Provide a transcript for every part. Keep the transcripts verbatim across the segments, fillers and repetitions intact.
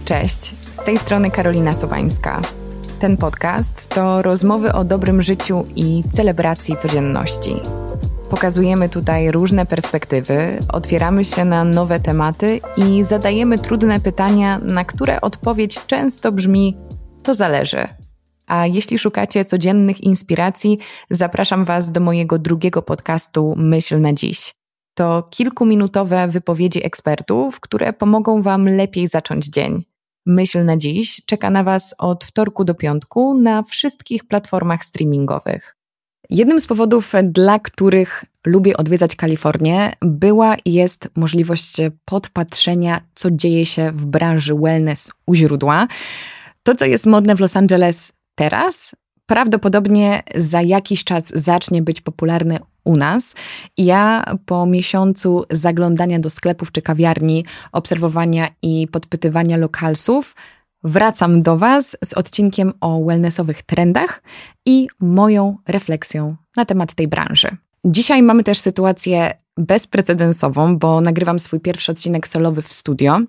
Cześć, z tej strony Karolina Sowańska. Ten podcast to rozmowy o dobrym życiu i celebracji codzienności. Pokazujemy tutaj różne perspektywy, otwieramy się na nowe tematy i zadajemy trudne pytania, na które odpowiedź często brzmi: to zależy. A jeśli szukacie codziennych inspiracji, zapraszam Was do mojego drugiego podcastu Myśl na dziś. To kilkuminutowe wypowiedzi ekspertów, które pomogą Wam lepiej zacząć dzień. Myśl na dziś czeka na Was od wtorku do piątku na wszystkich platformach streamingowych. Jednym z powodów, dla których lubię odwiedzać Kalifornię, była i jest możliwość podpatrzenia, co dzieje się w branży wellness u źródła. To, co jest modne w Los Angeles teraz, prawdopodobnie za jakiś czas zacznie być popularne u nas. Ja po miesiącu zaglądania do sklepów czy kawiarni, obserwowania i podpytywania lokalsów wracam do Was z odcinkiem o wellnessowych trendach i moją refleksją na temat tej branży. Dzisiaj mamy też sytuację bezprecedensową, bo nagrywam swój pierwszy odcinek solowy w studio.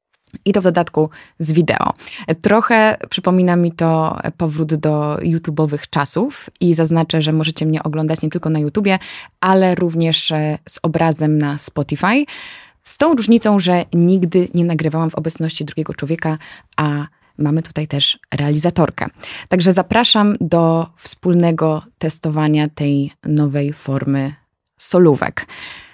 I to w dodatku z wideo. Trochę przypomina mi to powrót do YouTube'owych czasów i zaznaczę, że możecie mnie oglądać nie tylko na YouTubie, ale również z obrazem na Spotify. Z tą różnicą, że nigdy nie nagrywałam w obecności drugiego człowieka, a mamy tutaj też realizatorkę. Także zapraszam do wspólnego testowania tej nowej formy solówek.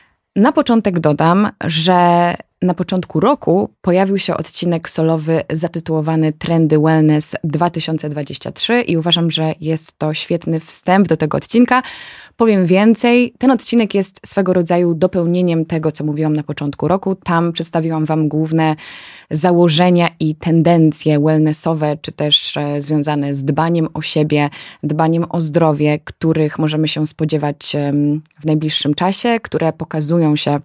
Na początek dodam, że na początku roku pojawił się odcinek solowy zatytułowany Trendy Wellness dwa tysiące dwudziesty trzeci i uważam, że jest to świetny wstęp do tego odcinka. Powiem więcej, ten odcinek jest swego rodzaju dopełnieniem tego, co mówiłam na początku roku. Tam przedstawiłam Wam główne założenia i tendencje wellnessowe, czy też związane z dbaniem o siebie, dbaniem o zdrowie, których możemy się spodziewać w najbliższym czasie, które pokazują się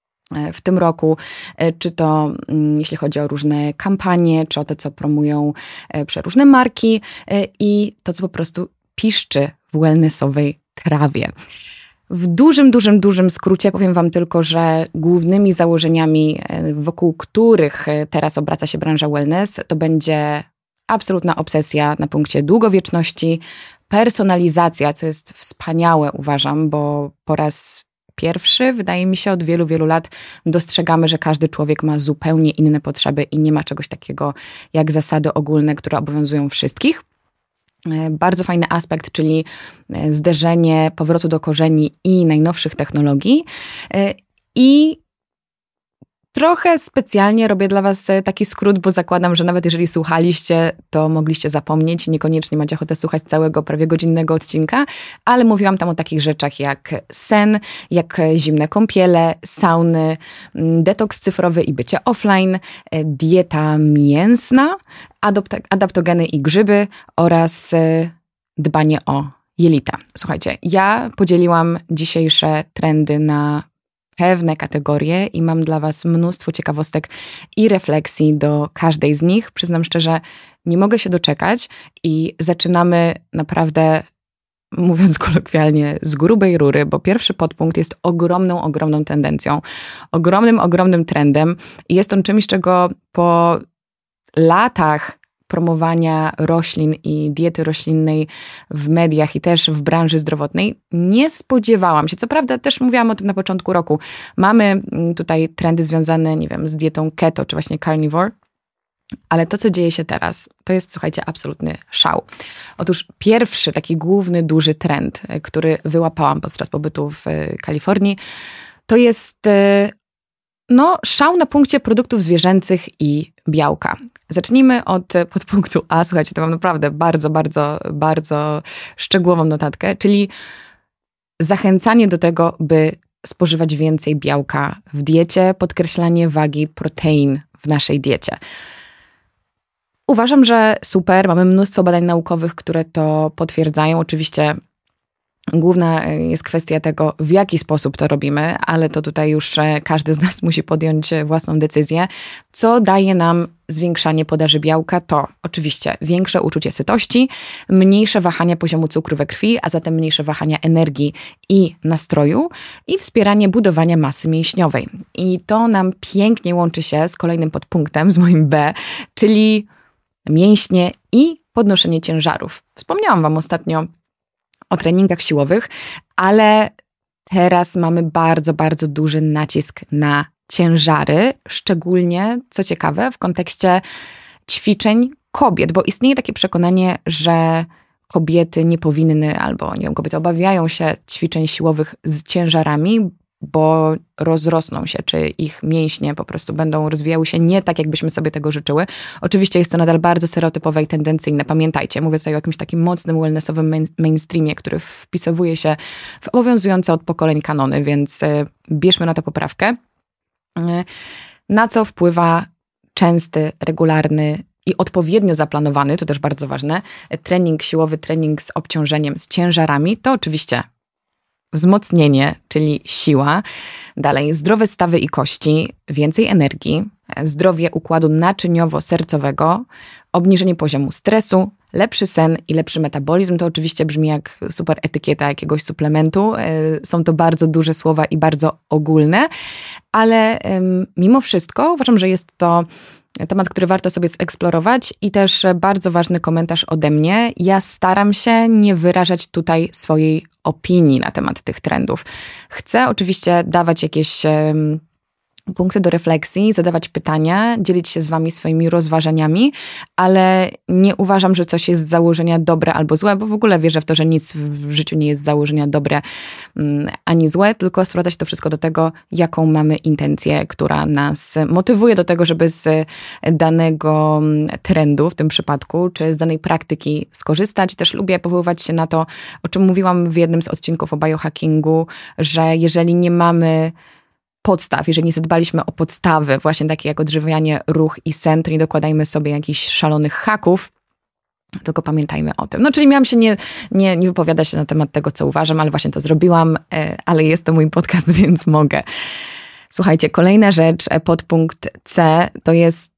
w tym roku, czy to jeśli chodzi o różne kampanie, czy o to, co promują przeróżne marki i to, co po prostu piszczy w wellnessowej trawie. W dużym, dużym, dużym skrócie powiem Wam tylko, że głównymi założeniami, wokół których teraz obraca się branża wellness, to będzie absolutna obsesja na punkcie długowieczności, personalizacja, co jest wspaniałe, uważam, bo po raz pierwszy, wydaje mi się, od wielu, wielu lat dostrzegamy, że każdy człowiek ma zupełnie inne potrzeby i nie ma czegoś takiego jak zasady ogólne, które obowiązują wszystkich. Bardzo fajny aspekt, czyli zderzenie powrotu do korzeni i najnowszych technologii. I trochę specjalnie robię dla Was taki skrót, bo zakładam, że nawet jeżeli słuchaliście, to mogliście zapomnieć. Niekoniecznie macie ochotę słuchać całego, prawie godzinnego odcinka, ale mówiłam tam o takich rzeczach jak sen, jak zimne kąpiele, sauny, detoks cyfrowy i bycie offline, dieta mięsna, adopta- adaptogeny i grzyby oraz dbanie o jelita. Słuchajcie, ja podzieliłam dzisiejsze trendy na pewne kategorie i mam dla Was mnóstwo ciekawostek i refleksji do każdej z nich. Przyznam szczerze, nie mogę się doczekać i zaczynamy naprawdę, mówiąc kolokwialnie, z grubej rury, bo pierwszy podpunkt jest ogromną, ogromną tendencją, ogromnym, ogromnym trendem i jest on czymś, czego po latach promowania roślin i diety roślinnej w mediach i też w branży zdrowotnej nie spodziewałam się. Co prawda też mówiłam o tym na początku roku. Mamy tutaj trendy związane, nie wiem, z dietą keto, czy właśnie carnivore, ale to, co dzieje się teraz, to jest, słuchajcie, absolutny szał. Otóż pierwszy taki główny, duży trend, który wyłapałam podczas pobytu w Kalifornii, to jest no, szał na punkcie produktów zwierzęcych i białka. Zacznijmy od podpunktu A. Słuchajcie, to mam naprawdę bardzo, bardzo, bardzo szczegółową notatkę, czyli zachęcanie do tego, by spożywać więcej białka w diecie, podkreślanie wagi protein w naszej diecie. Uważam, że super, mamy mnóstwo badań naukowych, które to potwierdzają. Oczywiście Główna jest kwestia tego, w jaki sposób to robimy, ale to tutaj już każdy z nas musi podjąć własną decyzję. Co daje nam zwiększanie podaży białka? To oczywiście większe uczucie sytości, mniejsze wahania poziomu cukru we krwi, a zatem mniejsze wahania energii i nastroju i wspieranie budowania masy mięśniowej. I to nam pięknie łączy się z kolejnym podpunktem, z moim B, czyli mięśnie i podnoszenie ciężarów. Wspomniałam wam ostatnio o treningach siłowych, ale teraz mamy bardzo, bardzo duży nacisk na ciężary, szczególnie, co ciekawe, w kontekście ćwiczeń kobiet, bo istnieje takie przekonanie, że kobiety nie powinny, albo nie wiem, kobiety obawiają się ćwiczeń siłowych z ciężarami, bo rozrosną się, czy ich mięśnie po prostu będą rozwijały się nie tak, jakbyśmy sobie tego życzyły. Oczywiście jest to nadal bardzo stereotypowe i tendencyjne. Pamiętajcie, mówię tutaj o jakimś takim mocnym wellnessowym main, mainstreamie, który wpisowuje się w obowiązujące od pokoleń kanony, więc bierzmy na to poprawkę. Na co wpływa częsty, regularny i odpowiednio zaplanowany, to też bardzo ważne, trening siłowy, trening z obciążeniem, z ciężarami, to oczywiście wzmocnienie, czyli siła. Dalej zdrowe stawy i kości, więcej energii, zdrowie układu naczyniowo-sercowego, obniżenie poziomu stresu, lepszy sen i lepszy metabolizm. To oczywiście brzmi jak super etykieta jakiegoś suplementu. Są to bardzo duże słowa i bardzo ogólne, ale mimo wszystko uważam, że jest to temat, który warto sobie zeksplorować i też bardzo ważny komentarz ode mnie. Ja staram się nie wyrażać tutaj swojej opinii na temat tych trendów. Chcę oczywiście dawać jakieś um, punkty do refleksji, zadawać pytania, dzielić się z wami swoimi rozważaniami, ale nie uważam, że coś jest z założenia dobre albo złe, bo w ogóle wierzę w to, że nic w życiu nie jest z założenia dobre um, ani złe, tylko sprowadza się to wszystko do tego, jaką mamy intencję, która nas motywuje do tego, żeby z danego trendu w tym przypadku, czy z danej praktyki skorzystać. Też lubię powoływać się na to, o czym mówiłam w jednym z odcinków o biohackingu, że jeżeli nie mamy podstaw, jeżeli nie zadbaliśmy o podstawy, właśnie takie jak odżywianie, ruch i sen, to nie dokładajmy sobie jakichś szalonych haków, tylko pamiętajmy o tym. No, czyli miałam się nie, nie, nie wypowiadać się na temat tego, co uważam, ale właśnie to zrobiłam, ale jest to mój podcast, więc mogę. Słuchajcie, kolejna rzecz, podpunkt C, to jest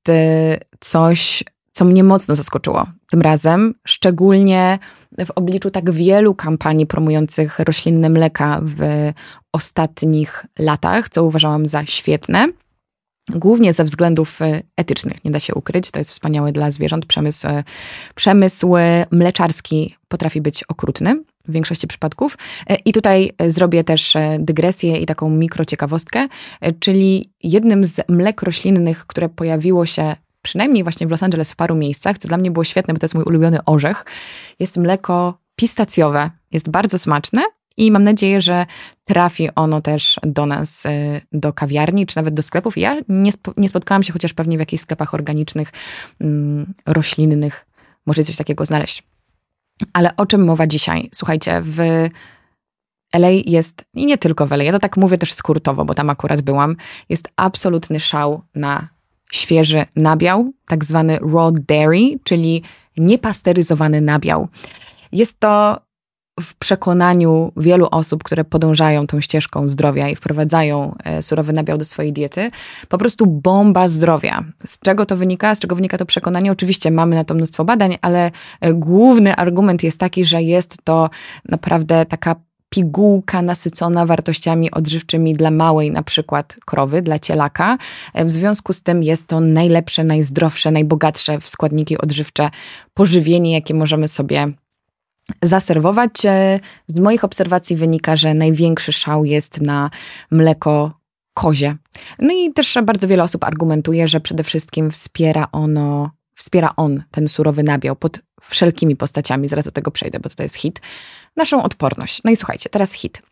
coś, co mnie mocno zaskoczyło tym razem, szczególnie w obliczu tak wielu kampanii promujących roślinne mleka w ostatnich latach, co uważałam za świetne. Głównie ze względów etycznych, nie da się ukryć, to jest wspaniałe dla zwierząt. Przemysł, przemysł mleczarski potrafi być okrutny w większości przypadków. I tutaj zrobię też dygresję i taką mikrociekawostkę, czyli jednym z mlek roślinnych, które pojawiło się przynajmniej właśnie w Los Angeles w paru miejscach, co dla mnie było świetne, bo to jest mój ulubiony orzech, jest mleko pistacjowe. Jest bardzo smaczne i mam nadzieję, że trafi ono też do nas, do kawiarni, czy nawet do sklepów. Ja nie, spo, nie spotkałam się, chociaż pewnie w jakichś sklepach organicznych, mm, roślinnych, może coś takiego znaleźć. Ale o czym mowa dzisiaj? Słuchajcie, w L A jest, i nie tylko w L A, ja to tak mówię też skrótowo, bo tam akurat byłam, jest absolutny szał na świeży nabiał, tak zwany raw dairy, czyli niepasteryzowany nabiał. Jest to w przekonaniu wielu osób, które podążają tą ścieżką zdrowia i wprowadzają surowy nabiał do swojej diety, po prostu bomba zdrowia. Z czego to wynika? Z czego wynika to przekonanie? Oczywiście mamy na to mnóstwo badań, ale główny argument jest taki, że jest to naprawdę taka pigułka nasycona wartościami odżywczymi dla małej na przykład krowy, dla cielaka. W związku z tym jest to najlepsze, najzdrowsze, najbogatsze w składniki odżywcze pożywienie, jakie możemy sobie zaserwować. Z moich obserwacji wynika, że największy szał jest na mleko kozie. No i też bardzo wiele osób argumentuje, że przede wszystkim wspiera ono, wspiera on ten surowy nabiał pod wszelkimi postaciami, zaraz do tego przejdę, bo to jest hit, naszą odporność. No i słuchajcie, teraz hit.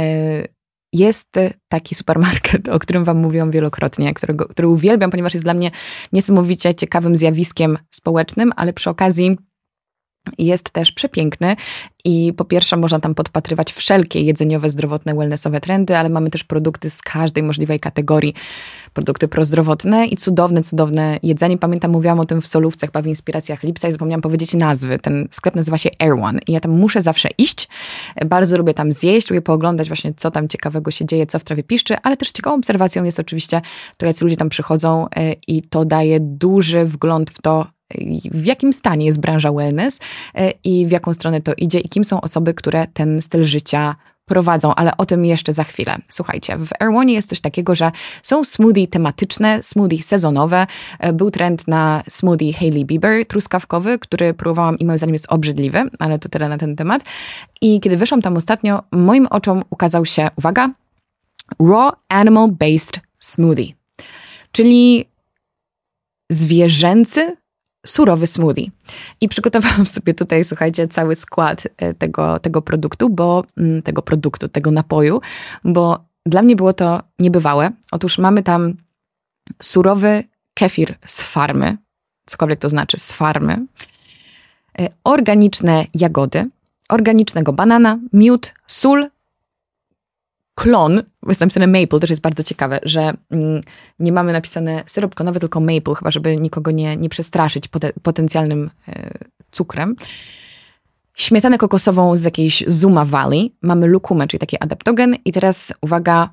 Jest taki supermarket, o którym wam mówiłam wielokrotnie, którego, który uwielbiam, ponieważ jest dla mnie niesamowicie ciekawym zjawiskiem społecznym, ale przy okazji jest też przepiękny i po pierwsze można tam podpatrywać wszelkie jedzeniowe, zdrowotne, wellnessowe trendy, ale mamy też produkty z każdej możliwej kategorii. Produkty prozdrowotne i cudowne, cudowne jedzenie. Pamiętam, mówiłam o tym w solówce, chyba w inspiracjach Lipsa i zapomniałam powiedzieć nazwy. Ten sklep nazywa się Air One i ja tam muszę zawsze iść. Bardzo lubię tam zjeść, lubię pooglądać właśnie, co tam ciekawego się dzieje, co w trawie piszczy, ale też ciekawą obserwacją jest oczywiście to, jacy ludzie tam przychodzą i to daje duży wgląd w to, w jakim stanie jest branża wellness i w jaką stronę to idzie i kim są osoby, które ten styl życia prowadzą, ale o tym jeszcze za chwilę. Słuchajcie, w Air One jest coś takiego, że są smoothie tematyczne, smoothie sezonowe. Był trend na smoothie Hailey Bieber truskawkowy, który próbowałam i moim zdaniem jest obrzydliwy, ale to tyle na ten temat. I kiedy wyszłam tam ostatnio, moim oczom ukazał się, uwaga, Raw Animal Based Smoothie, czyli zwierzęcy surowy smoothie. I przygotowałam sobie tutaj, słuchajcie, cały skład tego, tego produktu, bo tego produktu, tego napoju, bo dla mnie było to niebywałe. Otóż mamy tam surowy kefir z farmy, cokolwiek to znaczy, z farmy, organiczne jagody, organicznego banana, miód, sól, klon, jest napisane maple, też jest bardzo ciekawe, że mm, nie mamy napisane syrop klonowy, tylko maple, chyba żeby nikogo nie, nie przestraszyć pote, potencjalnym e, cukrem. Śmietanę kokosową z jakiejś Zuma Valley. Mamy lukumę, czyli taki adaptogen. I teraz, uwaga,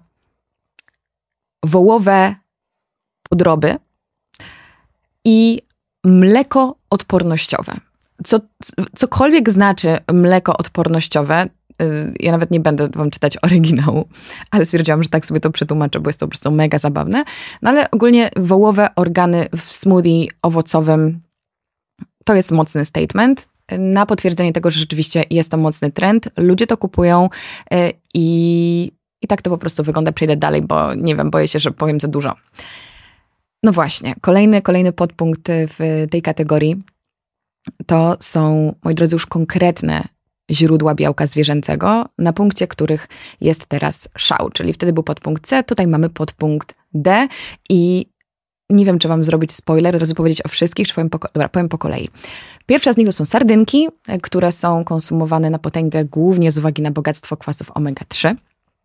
wołowe podroby i mleko odpornościowe. Co, cokolwiek znaczy mleko odpornościowe, ja nawet nie będę wam czytać oryginału, ale stwierdziłam, że tak sobie to przetłumaczę, bo jest to po prostu mega zabawne. No ale ogólnie wołowe organy w smoothie owocowym to jest mocny statement. Na potwierdzenie tego, że rzeczywiście jest to mocny trend, ludzie to kupują i, i tak to po prostu wygląda. Przejdę dalej, bo nie wiem, boję się, że powiem za dużo. No właśnie, kolejny, kolejny podpunkt w tej kategorii to są, moi drodzy, już konkretne źródła białka zwierzęcego, na punkcie których jest teraz szał, czyli wtedy był podpunkt C, tutaj mamy podpunkt D i nie wiem, czy wam zrobić spoiler, razy powiedzieć o wszystkich, czy powiem po, dobra, powiem po kolei. Pierwsza z nich to są sardynki, które są konsumowane na potęgę głównie z uwagi na bogactwo kwasów omega trzy.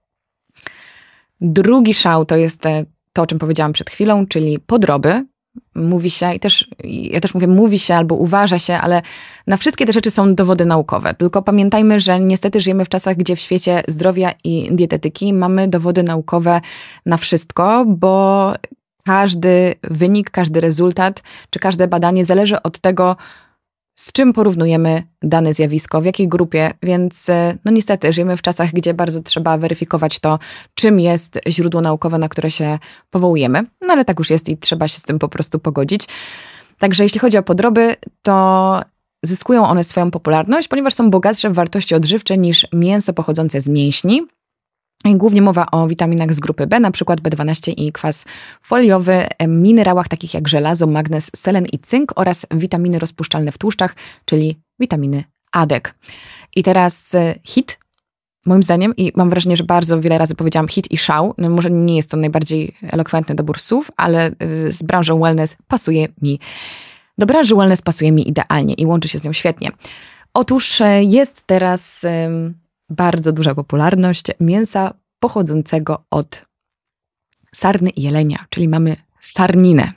Drugi szał to jest to, o czym powiedziałam przed chwilą, czyli podroby. Mówi się, i też, ja też mówię mówi się albo uważa się, ale na wszystkie te rzeczy są dowody naukowe. Tylko pamiętajmy, że niestety żyjemy w czasach, gdzie w świecie zdrowia i dietetyki mamy dowody naukowe na wszystko, bo każdy wynik, każdy rezultat, czy każde badanie zależy od tego, z czym porównujemy dane zjawisko, w jakiej grupie, więc no niestety żyjemy w czasach, gdzie bardzo trzeba weryfikować to, czym jest źródło naukowe, na które się powołujemy. No ale tak już jest i trzeba się z tym po prostu pogodzić. Także jeśli chodzi o podroby, to zyskują one swoją popularność, ponieważ są bogatsze w wartości odżywcze niż mięso pochodzące z mięśni. I głównie mowa o witaminach z grupy B, na przykład B dwanaście i kwas foliowy, minerałach takich jak żelazo, magnez, selen i cynk oraz witaminy rozpuszczalne w tłuszczach, czyli witaminy A D E K. I teraz hit, moim zdaniem, i mam wrażenie, że bardzo wiele razy powiedziałam hit i szał, no może nie jest to najbardziej elokwentny dobór słów, ale z branżą wellness pasuje mi, do branży wellness pasuje mi idealnie i łączy się z nią świetnie. Otóż jest teraz bardzo duża popularność mięsa pochodzącego od sarny i jelenia, czyli mamy sarninę.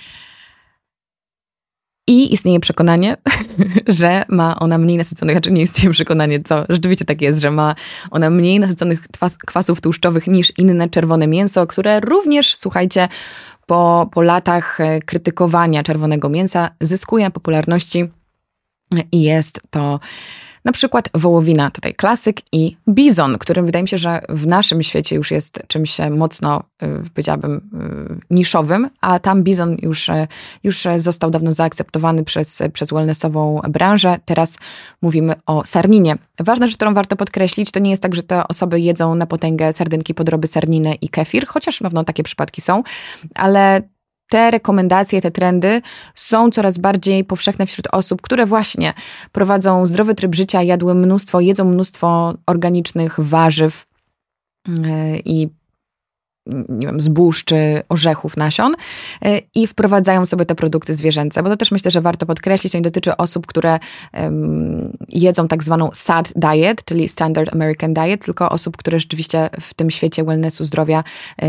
I istnieje przekonanie, że ma ona mniej nasyconych, znaczy nie istnieje przekonanie, co rzeczywiście tak jest, że ma ona mniej nasyconych kwas, kwasów tłuszczowych niż inne czerwone mięso, które również, słuchajcie, po, po latach krytykowania czerwonego mięsa zyskuje na popularności i jest to na przykład wołowina, tutaj klasyk, i bizon, który wydaje mi się, że w naszym świecie już jest czymś mocno, powiedziałabym, niszowym, a tam bizon już, już został dawno zaakceptowany przez, przez wellnessową branżę. Teraz mówimy o sarninie. Ważna rzecz, którą warto podkreślić, to nie jest tak, że te osoby jedzą na potęgę sardynki, podroby, sarninę i kefir, chociaż pewno takie przypadki są, ale te rekomendacje, te trendy są coraz bardziej powszechne wśród osób, które właśnie prowadzą zdrowy tryb życia, jadły mnóstwo, jedzą mnóstwo organicznych warzyw i nie wiem, zbóż czy orzechów, nasion i wprowadzają sobie te produkty zwierzęce, bo to też myślę, że warto podkreślić, to nie dotyczy osób, które um, jedzą tak zwaną S A D diet, czyli Standard American Diet, tylko osób, które rzeczywiście w tym świecie wellnessu, zdrowia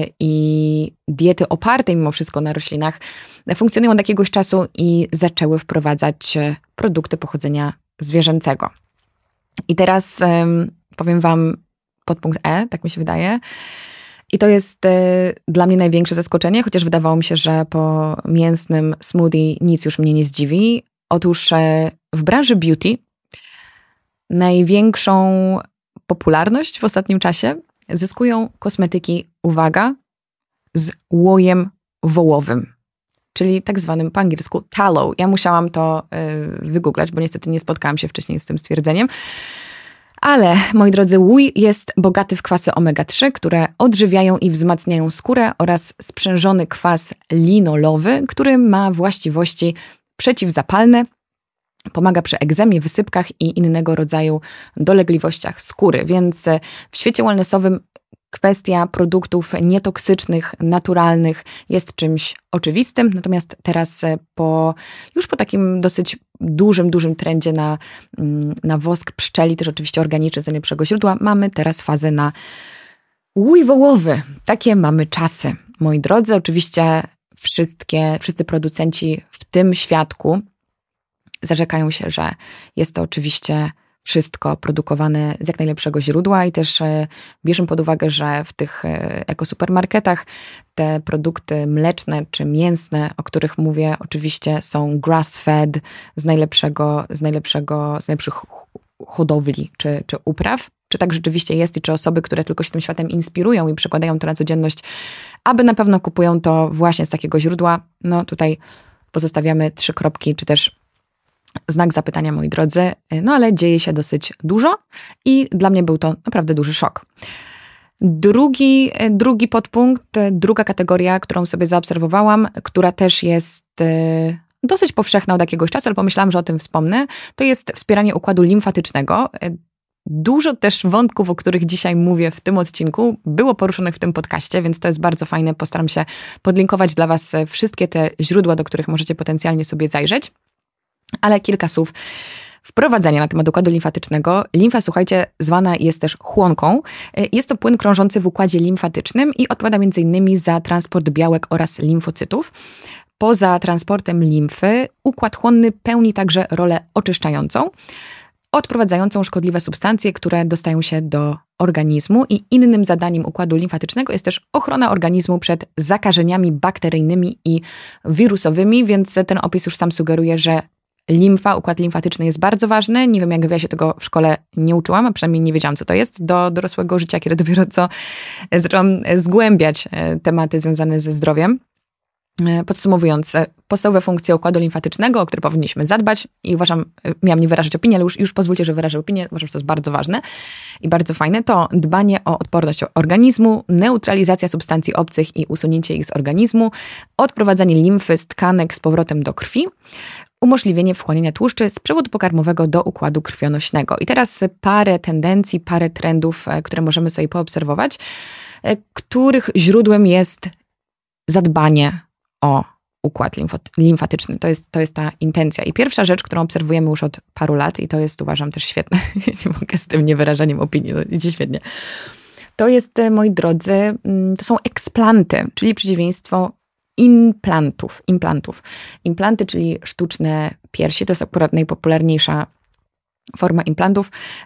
i diety opartej mimo wszystko na roślinach funkcjonują od jakiegoś czasu i zaczęły wprowadzać produkty pochodzenia zwierzęcego. I teraz um, powiem wam podpunkt E, tak mi się wydaje. I to jest y, dla mnie największe zaskoczenie, chociaż wydawało mi się, że po mięsnym smoothie nic już mnie nie zdziwi. Otóż y, w branży beauty największą popularność w ostatnim czasie zyskują kosmetyki, uwaga, z łojem wołowym, czyli tak zwanym po angielsku tallow. Ja musiałam to y, wygooglać, bo niestety nie spotkałam się wcześniej z tym stwierdzeniem. Ale, moi drodzy, łój jest bogaty w kwasy omega trzy, które odżywiają i wzmacniają skórę oraz sprzężony kwas linolowy, który ma właściwości przeciwzapalne, pomaga przy egzemie, wysypkach i innego rodzaju dolegliwościach skóry. Więc w świecie wellnessowym kwestia produktów nietoksycznych, naturalnych jest czymś oczywistym, natomiast teraz po, już po takim dosyć dużym, dużym trendzie na, na wosk pszczeli, też oczywiście organiczny z najlepszego źródła, mamy teraz fazę na łój wołowy. Takie mamy czasy, moi drodzy. Oczywiście wszystkie, wszyscy producenci w tym świadku zarzekają się, że jest to oczywiście wszystko produkowane z jak najlepszego źródła i też bierzemy pod uwagę, że w tych ekosupermarketach te produkty mleczne czy mięsne, o których mówię, oczywiście są grass-fed z najlepszego, z najlepszego, z najlepszych hodowli czy, czy upraw. Czy tak rzeczywiście jest i czy osoby, które tylko się tym światem inspirują i przekładają to na codzienność, aby na pewno kupują to właśnie z takiego źródła, no tutaj pozostawiamy trzy kropki, czy też znak zapytania, moi drodzy, no ale dzieje się dosyć dużo i dla mnie był to naprawdę duży szok. Drugi, drugi podpunkt, druga kategoria, którą sobie zaobserwowałam, która też jest dosyć powszechna od jakiegoś czasu, ale pomyślałam, że o tym wspomnę, to jest wspieranie układu limfatycznego. Dużo też wątków, o których dzisiaj mówię w tym odcinku, było poruszonych w tym podcaście, więc to jest bardzo fajne. Postaram się podlinkować dla was wszystkie te źródła, do których możecie potencjalnie sobie zajrzeć. Ale kilka słów wprowadzenia na temat układu limfatycznego. Limfa, słuchajcie, zwana jest też chłonką. Jest to płyn krążący w układzie limfatycznym i odpowiada między innymi za transport białek oraz limfocytów. Poza transportem limfy układ chłonny pełni także rolę oczyszczającą, odprowadzającą szkodliwe substancje, które dostają się do organizmu i innym zadaniem układu limfatycznego jest też ochrona organizmu przed zakażeniami bakteryjnymi i wirusowymi, więc ten opis już sam sugeruje, że limfa, układ limfatyczny jest bardzo ważny. Nie wiem, jak ja się tego w szkole nie uczyłam, a przynajmniej nie wiedziałam, co to jest do dorosłego życia, kiedy dopiero co zaczęłam zgłębiać tematy związane ze zdrowiem. Podsumowując, podstawowe funkcje układu limfatycznego, o które powinniśmy zadbać i uważam, miałam nie wyrażać opinii, ale już, już pozwólcie, że wyrażę opinię, uważam, że to jest bardzo ważne i bardzo fajne, to dbanie o odporność organizmu, neutralizacja substancji obcych i usunięcie ich z organizmu, odprowadzanie limfy z tkanek z powrotem do krwi, umożliwienie wchłaniania tłuszczy z przewodu pokarmowego do układu krwionośnego. I teraz parę tendencji, parę trendów, które możemy sobie poobserwować, których źródłem jest zadbanie o układ limfatyczny. To jest, to jest ta intencja. I pierwsza rzecz, którą obserwujemy już od paru lat i to jest, uważam, też świetne. Nie mogę z tym niewyrażaniem opinii. No, idzie świetnie. To jest, moi drodzy, to są eksplanty, czyli przeciwieństwo implantów. Implantów. Implanty, czyli sztuczne piersi. To jest akurat najpopularniejsza forma implantów.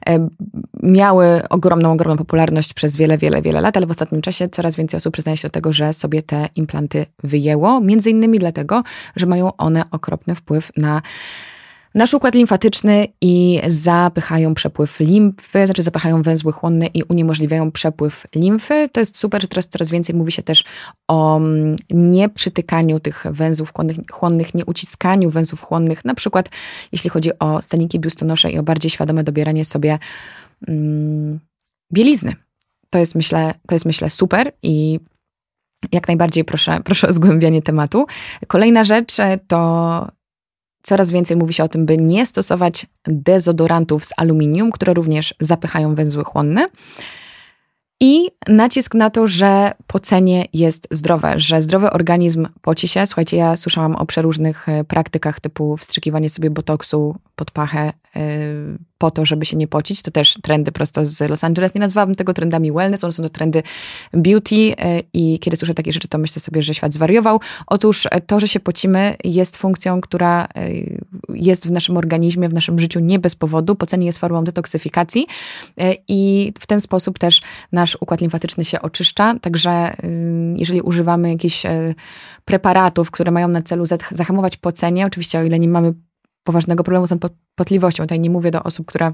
Miały ogromną, ogromną popularność przez wiele, wiele, wiele lat, ale w ostatnim czasie coraz więcej osób przyznaje się do tego, że sobie te implanty wyjęło. Między innymi dlatego, że mają one okropny wpływ na nasz układ limfatyczny i zapychają przepływ limfy, znaczy zapychają węzły chłonne i uniemożliwiają przepływ limfy. To jest super, że teraz coraz więcej mówi się też o nieprzytykaniu tych węzłów chłonnych, chłonnych, nieuciskaniu węzłów chłonnych, na przykład jeśli chodzi o staniki biustonosze i o bardziej świadome dobieranie sobie mm, bielizny. To jest, myślę, to jest myślę super i jak najbardziej proszę, proszę o zgłębianie tematu. Kolejna rzecz to coraz więcej mówi się o tym, by nie stosować dezodorantów z aluminium, które również zapychają węzły chłonne. I nacisk na to, że pocenie jest zdrowe, że zdrowy organizm poci się. Słuchajcie, ja słyszałam o przeróżnych praktykach typu wstrzykiwanie sobie botoksu pod pachę yy, po to, żeby się nie pocić. To też trendy prosto z Los Angeles. Nie nazwałabym tego trendami wellness, one są to trendy beauty yy, i kiedy słyszę takie rzeczy, to myślę sobie, że świat zwariował. Otóż to, że się pocimy, jest funkcją, która yy, jest w naszym organizmie, w naszym życiu nie bez powodu. Pocenie jest formą detoksyfikacji yy, i w ten sposób też nasz układ limfatyczny się oczyszcza. Także yy, jeżeli używamy jakichś yy, preparatów, które mają na celu zahamować pocenie, oczywiście o ile nie mamy poważnego problemu z nadpotliwością. Tutaj nie mówię do osób, które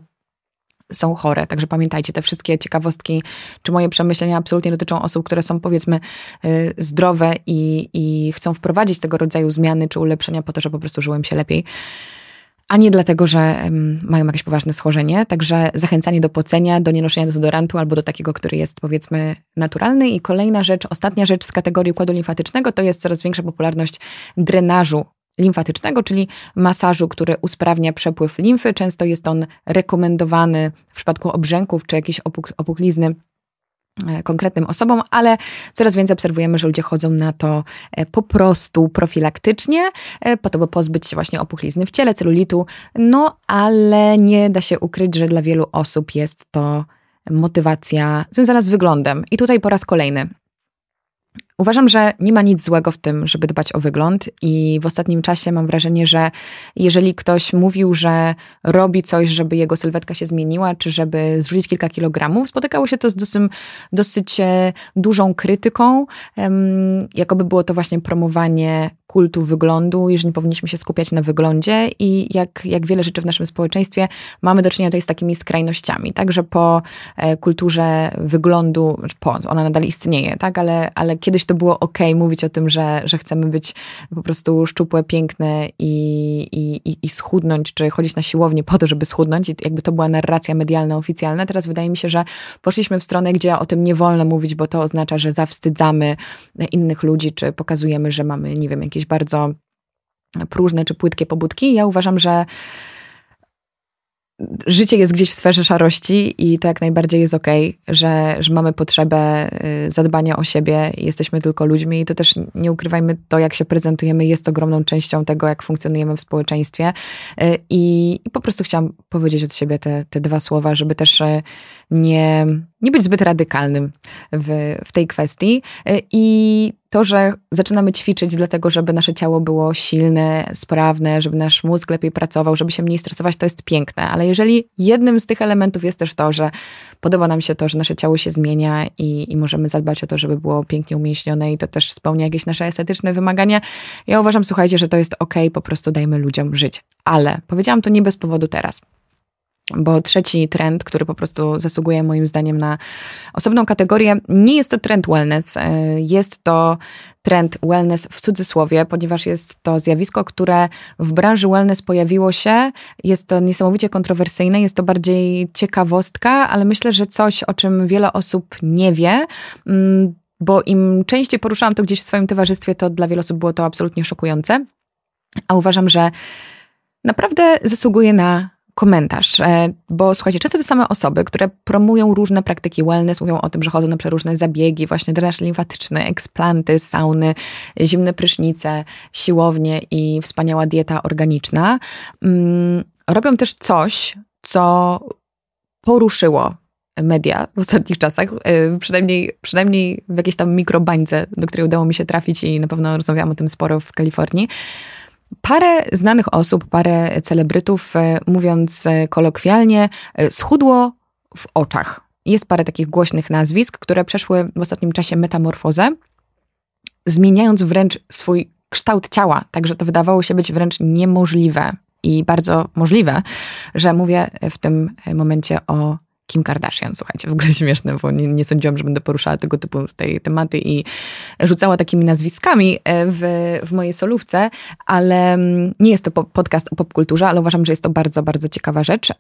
są chore. Także pamiętajcie, te wszystkie ciekawostki, czy moje przemyślenia absolutnie dotyczą osób, które są powiedzmy zdrowe i, i chcą wprowadzić tego rodzaju zmiany czy ulepszenia po to, żeby po prostu żyło im się lepiej, a nie dlatego, że um, mają jakieś poważne schorzenie. Także zachęcanie do pocenia, do nienoszenia dezodorantu albo do takiego, który jest powiedzmy naturalny. I kolejna rzecz, ostatnia rzecz z kategorii układu limfatycznego to jest coraz większa popularność drenażu limfatycznego, czyli masażu, który usprawnia przepływ limfy. Często jest on rekomendowany w przypadku obrzęków czy jakiejś opuk- opuklizny konkretnym osobom, ale coraz więcej obserwujemy, że ludzie chodzą na to po prostu profilaktycznie, po to, by pozbyć się właśnie opuchlizny w ciele, celulitu, no ale nie da się ukryć, że dla wielu osób jest to motywacja związana z wyglądem. I tutaj po raz kolejny uważam, że nie ma nic złego w tym, żeby dbać o wygląd i w ostatnim czasie mam wrażenie, że jeżeli ktoś mówił, że robi coś, żeby jego sylwetka się zmieniła, czy żeby zrzucić kilka kilogramów, spotykało się to z dosyć, dosyć dużą krytyką, jakoby było to właśnie promowanie kultu wyglądu, jeżeli nie powinniśmy się skupiać na wyglądzie i jak, jak wiele rzeczy w naszym społeczeństwie mamy do czynienia tutaj z takimi skrajnościami. Także po kulturze wyglądu, po, ona nadal istnieje, tak, ale, ale kiedyś to było okej mówić o tym, że, że chcemy być po prostu szczupłe, piękne i, i, i schudnąć, czy chodzić na siłownię po to, żeby schudnąć i jakby to była narracja medialna, oficjalna. Teraz wydaje mi się, że poszliśmy w stronę, gdzie o tym nie wolno mówić, bo to oznacza, że zawstydzamy innych ludzi, czy pokazujemy, że mamy, nie wiem, jakieś bardzo próżne czy płytkie pobudki. Ja uważam, że życie jest gdzieś w sferze szarości i to jak najbardziej jest okej, że, że mamy potrzebę zadbania o siebie, jesteśmy tylko ludźmi i to też nie ukrywajmy, to jak się prezentujemy jest ogromną częścią tego, jak funkcjonujemy w społeczeństwie i, i po prostu chciałam powiedzieć od siebie te, te dwa słowa, żeby też nie, nie być zbyt radykalnym w, w tej kwestii i to, że zaczynamy ćwiczyć dlatego, żeby nasze ciało było silne, sprawne, żeby nasz mózg lepiej pracował, żeby się mniej stresować, to jest piękne. Ale jeżeli jednym z tych elementów jest też to, że podoba nam się to, że nasze ciało się zmienia i, i możemy zadbać o to, żeby było pięknie umięśnione i to też spełnia jakieś nasze estetyczne wymagania, ja uważam, słuchajcie, że to jest okej, po prostu dajmy ludziom żyć. Ale powiedziałam to nie bez powodu teraz. Bo trzeci trend, który po prostu zasługuje moim zdaniem na osobną kategorię, nie jest to trend wellness. Jest to trend wellness w cudzysłowie, ponieważ jest to zjawisko, które w branży wellness pojawiło się. Jest to niesamowicie kontrowersyjne, jest to bardziej ciekawostka, ale myślę, że coś, o czym wiele osób nie wie, bo im częściej poruszałam to gdzieś w swoim towarzystwie, to dla wielu osób było to absolutnie szokujące. A uważam, że naprawdę zasługuje na komentarz, bo słuchajcie, często te same osoby, które promują różne praktyki wellness, mówią o tym, że chodzą na przeróżne zabiegi, właśnie drenaż limfatyczny, eksplanty, sauny, zimne prysznice, siłownie i wspaniała dieta organiczna, robią też coś, co poruszyło media w ostatnich czasach, przynajmniej, przynajmniej w jakiejś tam mikrobańce, do której udało mi się trafić i na pewno rozmawiałam o tym sporo w Kalifornii. Parę znanych osób, parę celebrytów, mówiąc kolokwialnie, schudło w oczach. Jest parę takich głośnych nazwisk, które przeszły w ostatnim czasie metamorfozę, zmieniając wręcz swój kształt ciała. Także to wydawało się być wręcz niemożliwe i bardzo możliwe, że mówię w tym momencie o Kim Kardashian. Słuchajcie, w ogóle śmieszne, bo nie, nie sądziłam, że będę poruszała tego typu tej tematy i rzucała takimi nazwiskami w, w mojej solówce, ale nie jest to podcast o popkulturze, ale uważam, że jest to bardzo, bardzo ciekawa rzecz.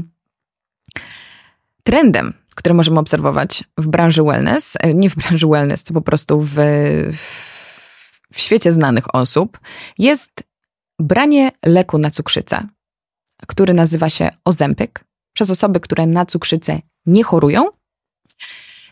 Trendem, który możemy obserwować w branży wellness, nie w branży wellness, to po prostu w, w świecie znanych osób, jest branie leku na cukrzycę, który nazywa się Ozempic, przez osoby, które na cukrzycę nie chorują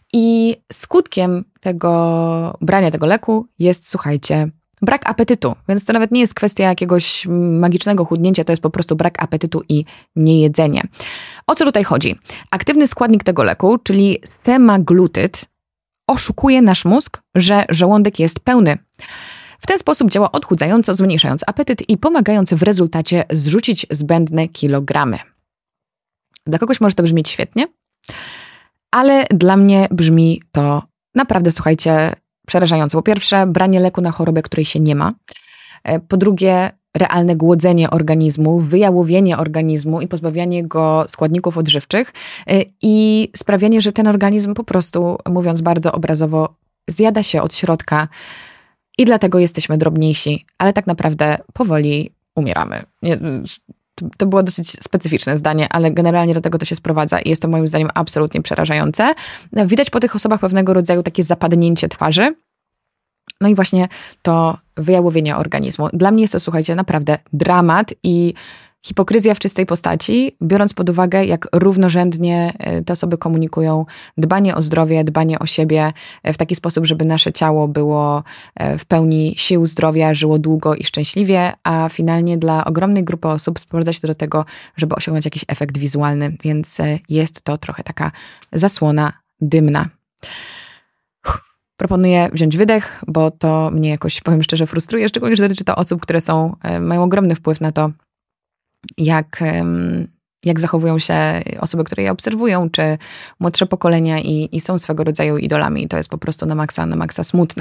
I skutkiem tego brania tego leku jest, słuchajcie, brak apetytu. Więc to nawet nie jest kwestia jakiegoś magicznego chudnięcia, to jest po prostu brak apetytu i niejedzenie. O co tutaj chodzi? Aktywny składnik tego leku, czyli semaglutyd, oszukuje nasz mózg, że żołądek jest pełny. W ten sposób działa odchudzająco, zmniejszając apetyt i pomagając w rezultacie zrzucić zbędne kilogramy. Dla kogoś może to brzmieć świetnie, ale dla mnie brzmi to naprawdę, słuchajcie, przerażająco. Po pierwsze, branie leku na chorobę, której się nie ma. Po drugie, realne głodzenie organizmu, wyjałowienie organizmu i pozbawianie go składników odżywczych i sprawianie, że ten organizm po prostu, mówiąc bardzo obrazowo, zjada się od środka i dlatego jesteśmy drobniejsi, ale tak naprawdę powoli umieramy. Nie, to było dosyć specyficzne zdanie, ale generalnie do tego to się sprowadza i jest to moim zdaniem absolutnie przerażające. Widać po tych osobach pewnego rodzaju takie zapadnięcie twarzy. No i właśnie to wyjałowienie organizmu. Dla mnie jest to, słuchajcie, naprawdę dramat i hipokryzja w czystej postaci, biorąc pod uwagę, jak równorzędnie te osoby komunikują dbanie o zdrowie, dbanie o siebie w taki sposób, żeby nasze ciało było w pełni sił, zdrowia, żyło długo i szczęśliwie, a finalnie dla ogromnej grupy osób sprowadza się to do tego, żeby osiągnąć jakiś efekt wizualny, więc jest to trochę taka zasłona dymna. Proponuję wziąć wydech, bo to mnie jakoś, powiem szczerze, frustruje, szczególnie, że dotyczy to osób, które są, mają ogromny wpływ na to, jak, jak zachowują się osoby, które je obserwują, czy młodsze pokolenia i, i są swego rodzaju idolami. I to jest po prostu na maksa, na maksa smutne.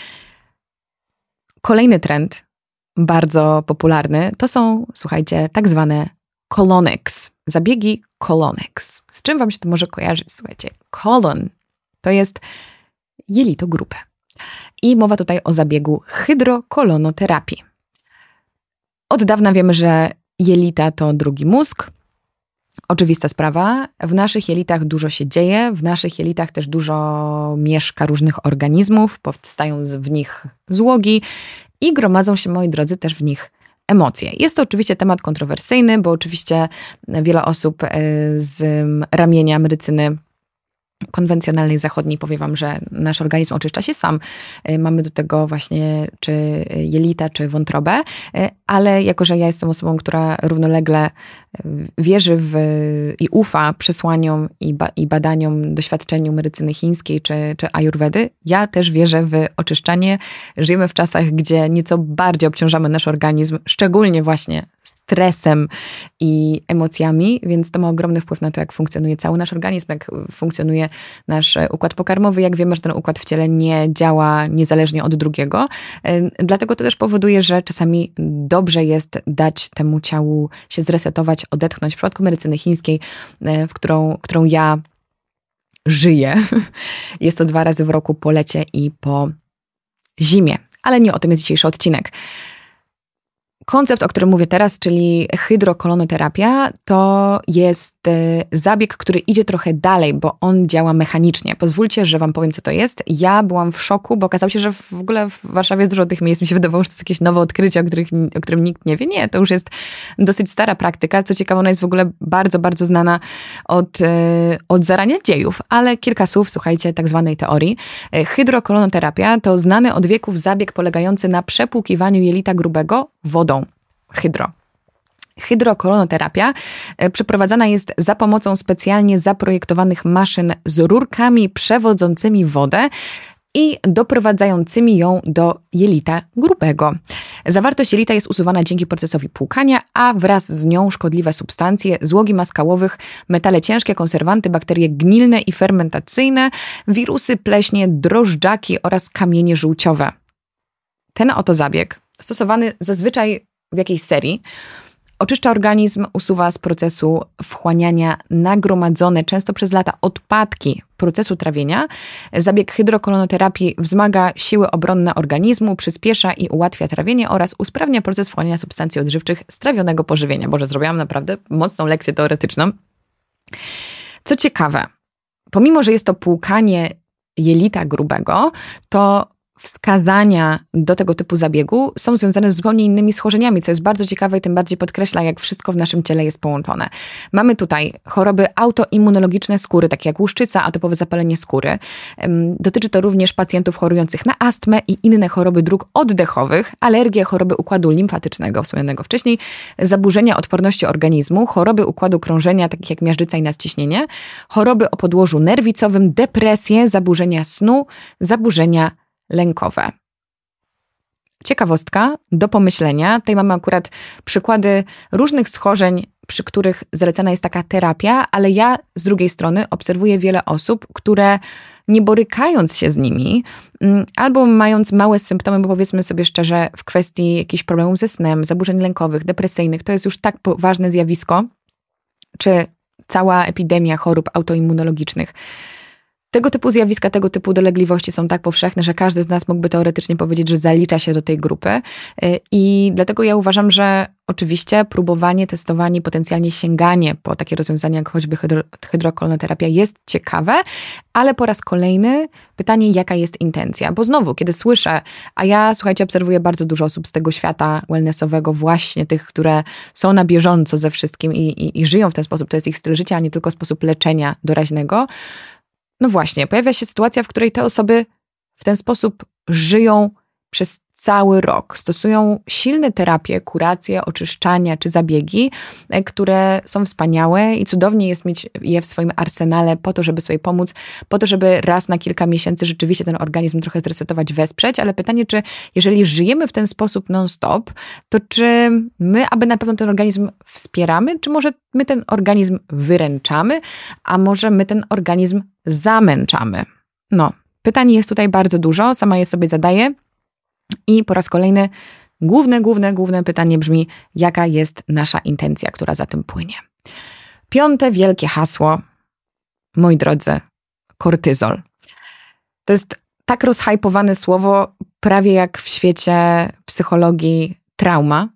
Kolejny trend, bardzo popularny, to są, słuchajcie, tak zwane colonics, zabiegi colonics. Z czym wam się to może kojarzyć? Słuchajcie, colon to jest jelito grube. I mowa tutaj o zabiegu hydrokolonoterapii. Od dawna wiemy, że jelita to drugi mózg. Oczywista sprawa. W naszych jelitach dużo się dzieje, w naszych jelitach też dużo mieszka różnych organizmów, powstają w nich złogi i gromadzą się, moi drodzy, też w nich emocje. Jest to oczywiście temat kontrowersyjny, bo oczywiście wiele osób z ramienia medycyny konwencjonalnej, zachodniej powie wam, że nasz organizm oczyszcza się sam. Mamy do tego właśnie czy jelita, czy wątrobę, ale jako, że ja jestem osobą, która równolegle wierzy w i ufa przesłaniom i, ba, i badaniom, doświadczeniu medycyny chińskiej czy, czy ajurwedy, ja też wierzę w oczyszczanie. Żyjemy w czasach, gdzie nieco bardziej obciążamy nasz organizm, szczególnie właśnie stresem i emocjami, więc to ma ogromny wpływ na to, jak funkcjonuje cały nasz organizm, jak funkcjonuje nasz układ pokarmowy, jak wiemy, że ten układ w ciele nie działa niezależnie od drugiego. Dlatego to też powoduje, że czasami dobrze jest dać temu ciału się zresetować, odetchnąć. W przypadku medycyny chińskiej, w którą, którą ja żyję, jest to dwa razy w roku po lecie i po zimie. Ale nie o tym jest dzisiejszy odcinek. Koncept, o którym mówię teraz, czyli hydrokolonoterapia, to jest zabieg, który idzie trochę dalej, bo on działa mechanicznie. Pozwólcie, że wam powiem, co to jest. Ja byłam w szoku, bo okazało się, że w ogóle w Warszawie jest dużo tych miejsc. Mi się wydawało, że to jest jakieś nowe odkrycie, o, których, o którym nikt nie wie. Nie, to już jest dosyć stara praktyka. Co ciekawe, ona jest w ogóle bardzo, bardzo znana od, od zarania dziejów. Ale kilka słów, słuchajcie, tak zwanej teorii. Hydrokolonoterapia to znany od wieków zabieg polegający na przepłukiwaniu jelita grubego wodą. Hydro. Hydrokolonoterapia przeprowadzana jest za pomocą specjalnie zaprojektowanych maszyn z rurkami przewodzącymi wodę i doprowadzającymi ją do jelita grubego. Zawartość jelita jest usuwana dzięki procesowi płukania, a wraz z nią szkodliwe substancje, złogi maskałowych, metale ciężkie, konserwanty, bakterie gnilne i fermentacyjne, wirusy, pleśnie, drożdżaki oraz kamienie żółciowe. Ten oto zabieg, stosowany zazwyczaj w jakiejś serii, oczyszcza organizm, usuwa z procesu wchłaniania nagromadzone często przez lata odpadki procesu trawienia. Zabieg hydrokolonoterapii wzmaga siły obronne organizmu, przyspiesza i ułatwia trawienie oraz usprawnia proces wchłaniania substancji odżywczych z trawionego pożywienia. Boże, zrobiłam naprawdę mocną lekcję teoretyczną. Co ciekawe, pomimo że jest to płukanie jelita grubego, to wskazania do tego typu zabiegu są związane z zupełnie innymi schorzeniami, co jest bardzo ciekawe i tym bardziej podkreśla, jak wszystko w naszym ciele jest połączone. Mamy tutaj choroby autoimmunologiczne skóry, takie jak łuszczyca, atopowe zapalenie skóry. Dotyczy to również pacjentów chorujących na astmę i inne choroby dróg oddechowych, alergie, choroby układu limfatycznego, wspomnianego wcześniej, zaburzenia odporności organizmu, choroby układu krążenia, takich jak miażdżyca i nadciśnienie, choroby o podłożu nerwicowym, depresje, zaburzenia snu, zaburzenia lękowe. Ciekawostka do pomyślenia. Tutaj mamy akurat przykłady różnych schorzeń, przy których zalecana jest taka terapia, ale ja z drugiej strony obserwuję wiele osób, które nie borykając się z nimi, albo mając małe symptomy, bo powiedzmy sobie szczerze, w kwestii jakichś problemów ze snem, zaburzeń lękowych, depresyjnych, to jest już tak poważne zjawisko, czy cała epidemia chorób autoimmunologicznych. Tego typu zjawiska, tego typu dolegliwości są tak powszechne, że każdy z nas mógłby teoretycznie powiedzieć, że zalicza się do tej grupy. I dlatego ja uważam, że oczywiście próbowanie, testowanie, potencjalnie sięganie po takie rozwiązania jak choćby hydro, hydrokolnoterapia jest ciekawe, ale po raz kolejny pytanie, jaka jest intencja? Bo znowu, kiedy słyszę, a ja, słuchajcie, obserwuję bardzo dużo osób z tego świata wellnessowego, właśnie tych, które są na bieżąco ze wszystkim i, i, i żyją w ten sposób, to jest ich styl życia, a nie tylko sposób leczenia doraźnego. No właśnie, pojawia się sytuacja, w której te osoby w ten sposób żyją przez cały rok. Stosują silne terapie, kuracje, oczyszczania czy zabiegi, które są wspaniałe i cudownie jest mieć je w swoim arsenale po to, żeby sobie pomóc, po to, żeby raz na kilka miesięcy rzeczywiście ten organizm trochę zresetować, wesprzeć, ale pytanie, czy jeżeli żyjemy w ten sposób non-stop, to czy my, aby na pewno ten organizm wspieramy, czy może my ten organizm wyręczamy, a może my ten organizm zamęczamy? No, pytań jest tutaj bardzo dużo, sama je sobie zadaję. I po raz kolejny główne, główne, główne pytanie brzmi, jaka jest nasza intencja, która za tym płynie. Piąte wielkie hasło, moi drodzy, kortyzol. To jest tak rozhypowane słowo, prawie jak w świecie psychologii trauma.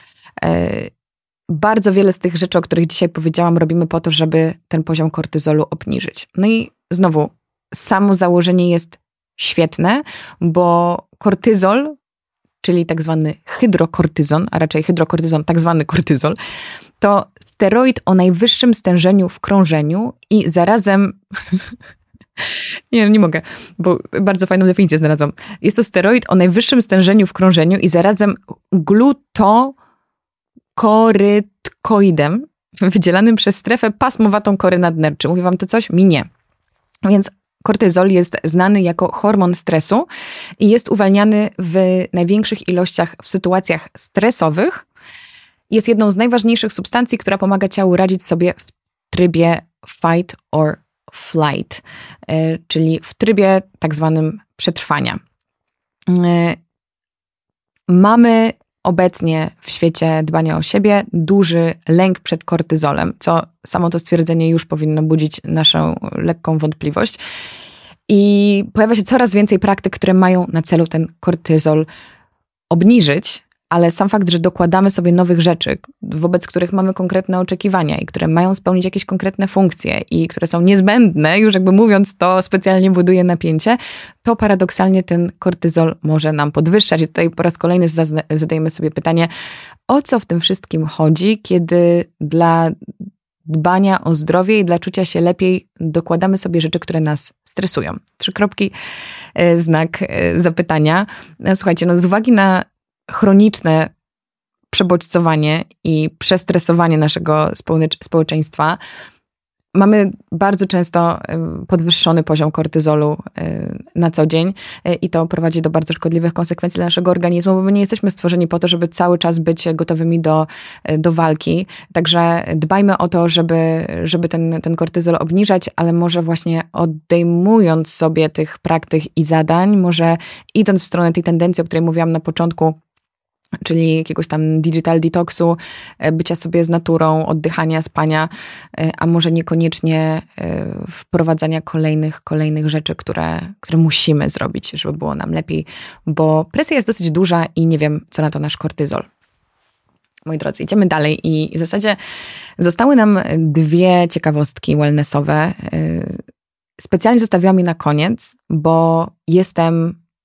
Bardzo wiele z tych rzeczy, o których dzisiaj powiedziałam, robimy po to, żeby ten poziom kortyzolu obniżyć. No i znowu, samo założenie jest świetne, bo kortyzol, czyli tak zwany hydrokortyzon, a raczej hydrokortyzon, tak zwany kortyzol, to steroid o najwyższym stężeniu w krążeniu i zarazem... nie, nie mogę, bo bardzo fajną definicję znalazłam. Jest to steroid o najwyższym stężeniu w krążeniu i zarazem glutokorytkoidem wydzielanym przez strefę pasmowatą kory nadnerczy. Mówi wam to coś? Mi nie. Więc kortyzol jest znany jako hormon stresu i jest uwalniany w największych ilościach w sytuacjach stresowych. Jest jedną z najważniejszych substancji, która pomaga ciału radzić sobie w trybie fight or flight, czyli w trybie tak zwanym przetrwania. Mamy obecnie w świecie dbania o siebie duży lęk przed kortyzolem, co samo to stwierdzenie już powinno budzić naszą lekką wątpliwość. I pojawia się coraz więcej praktyk, które mają na celu ten kortyzol obniżyć, ale sam fakt, że dokładamy sobie nowych rzeczy, wobec których mamy konkretne oczekiwania i które mają spełnić jakieś konkretne funkcje i które są niezbędne, już jakby mówiąc to specjalnie buduje napięcie, to paradoksalnie ten kortyzol może nam podwyższać. I tutaj po raz kolejny zadajemy sobie pytanie, o co w tym wszystkim chodzi, kiedy dla dbania o zdrowie i dla czucia się lepiej dokładamy sobie rzeczy, które nas stresują. Trzy kropki, znak zapytania. Słuchajcie, no z uwagi na chroniczne przebodźcowanie i przestresowanie naszego społeczeństwa mamy bardzo często podwyższony poziom kortyzolu na co dzień i to prowadzi do bardzo szkodliwych konsekwencji dla naszego organizmu, bo my nie jesteśmy stworzeni po to, żeby cały czas być gotowymi do, do walki. Także dbajmy o to, żeby, żeby ten, ten kortyzol obniżać, ale może właśnie odejmując sobie tych praktyk i zadań, może idąc w stronę tej tendencji, o której mówiłam na początku, czyli jakiegoś tam digital detoxu, bycia sobie z naturą, oddychania, spania, a może niekoniecznie wprowadzania kolejnych, kolejnych rzeczy, które, które musimy zrobić, żeby było nam lepiej, bo presja jest dosyć duża i nie wiem, co na to nasz kortyzol. Moi drodzy, idziemy dalej i w zasadzie zostały nam dwie ciekawostki wellnessowe. Specjalnie zostawiłam je na koniec, bo jestem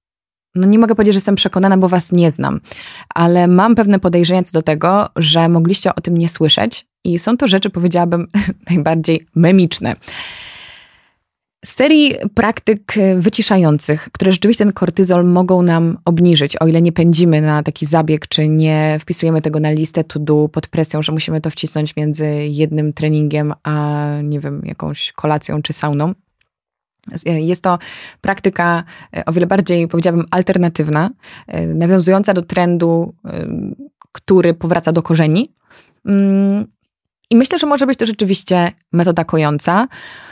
no nie mogę powiedzieć, że jestem przekonana, bo was nie znam, ale mam pewne podejrzenia co do tego, że mogliście o tym nie słyszeć i są to rzeczy, powiedziałabym, najbardziej memiczne. Z serii praktyk wyciszających, które rzeczywiście ten kortyzol mogą nam obniżyć, o ile nie pędzimy na taki zabieg, czy nie wpisujemy tego na listę to do pod presją, że musimy to wcisnąć między jednym treningiem, a nie wiem, jakąś kolacją czy sauną. Jest to praktyka o wiele bardziej, powiedziałabym, alternatywna, nawiązująca do trendu, który powraca do korzeni. I myślę, że może być to rzeczywiście metoda kojąca.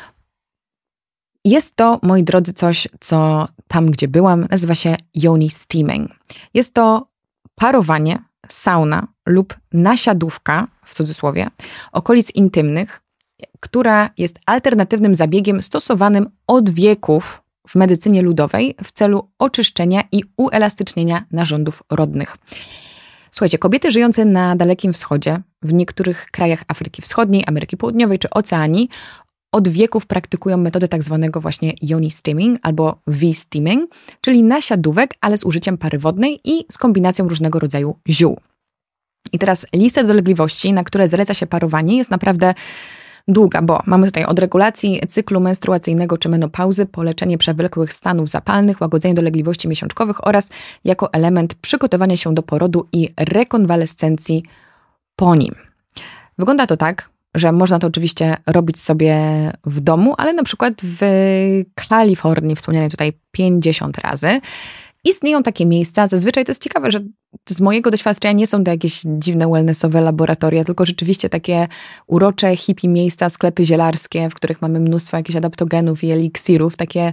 Jest to, moi drodzy, coś, co tam, gdzie byłam, nazywa się yoni steaming. Jest to parowanie, sauna lub nasiadówka, w cudzysłowie, okolic intymnych, która jest alternatywnym zabiegiem stosowanym od wieków w medycynie ludowej w celu oczyszczenia i uelastycznienia narządów rodnych. Słuchajcie, kobiety żyjące na Dalekim Wschodzie, w niektórych krajach Afryki Wschodniej, Ameryki Południowej czy Oceanii od wieków praktykują metodę tak zwanego właśnie yoni steaming albo V-steaming, czyli nasiadówek, ale z użyciem pary wodnej i z kombinacją różnego rodzaju ziół. I teraz lista dolegliwości, na które zaleca się parowanie, jest naprawdę długa, bo mamy tutaj od regulacji cyklu menstruacyjnego czy menopauzy, po leczenie przewlekłych stanów zapalnych, łagodzenie dolegliwości miesiączkowych oraz jako element przygotowania się do porodu i rekonwalescencji po nim. Wygląda to tak, że można to oczywiście robić sobie w domu, ale na przykład w Kalifornii, wspomnianej tutaj pięćdziesiąt razy, istnieją takie miejsca, zazwyczaj to jest ciekawe, że z mojego doświadczenia nie są to jakieś dziwne wellnessowe laboratoria, tylko rzeczywiście takie urocze, hippie miejsca, sklepy zielarskie, w których mamy mnóstwo jakichś adaptogenów i eliksirów, takie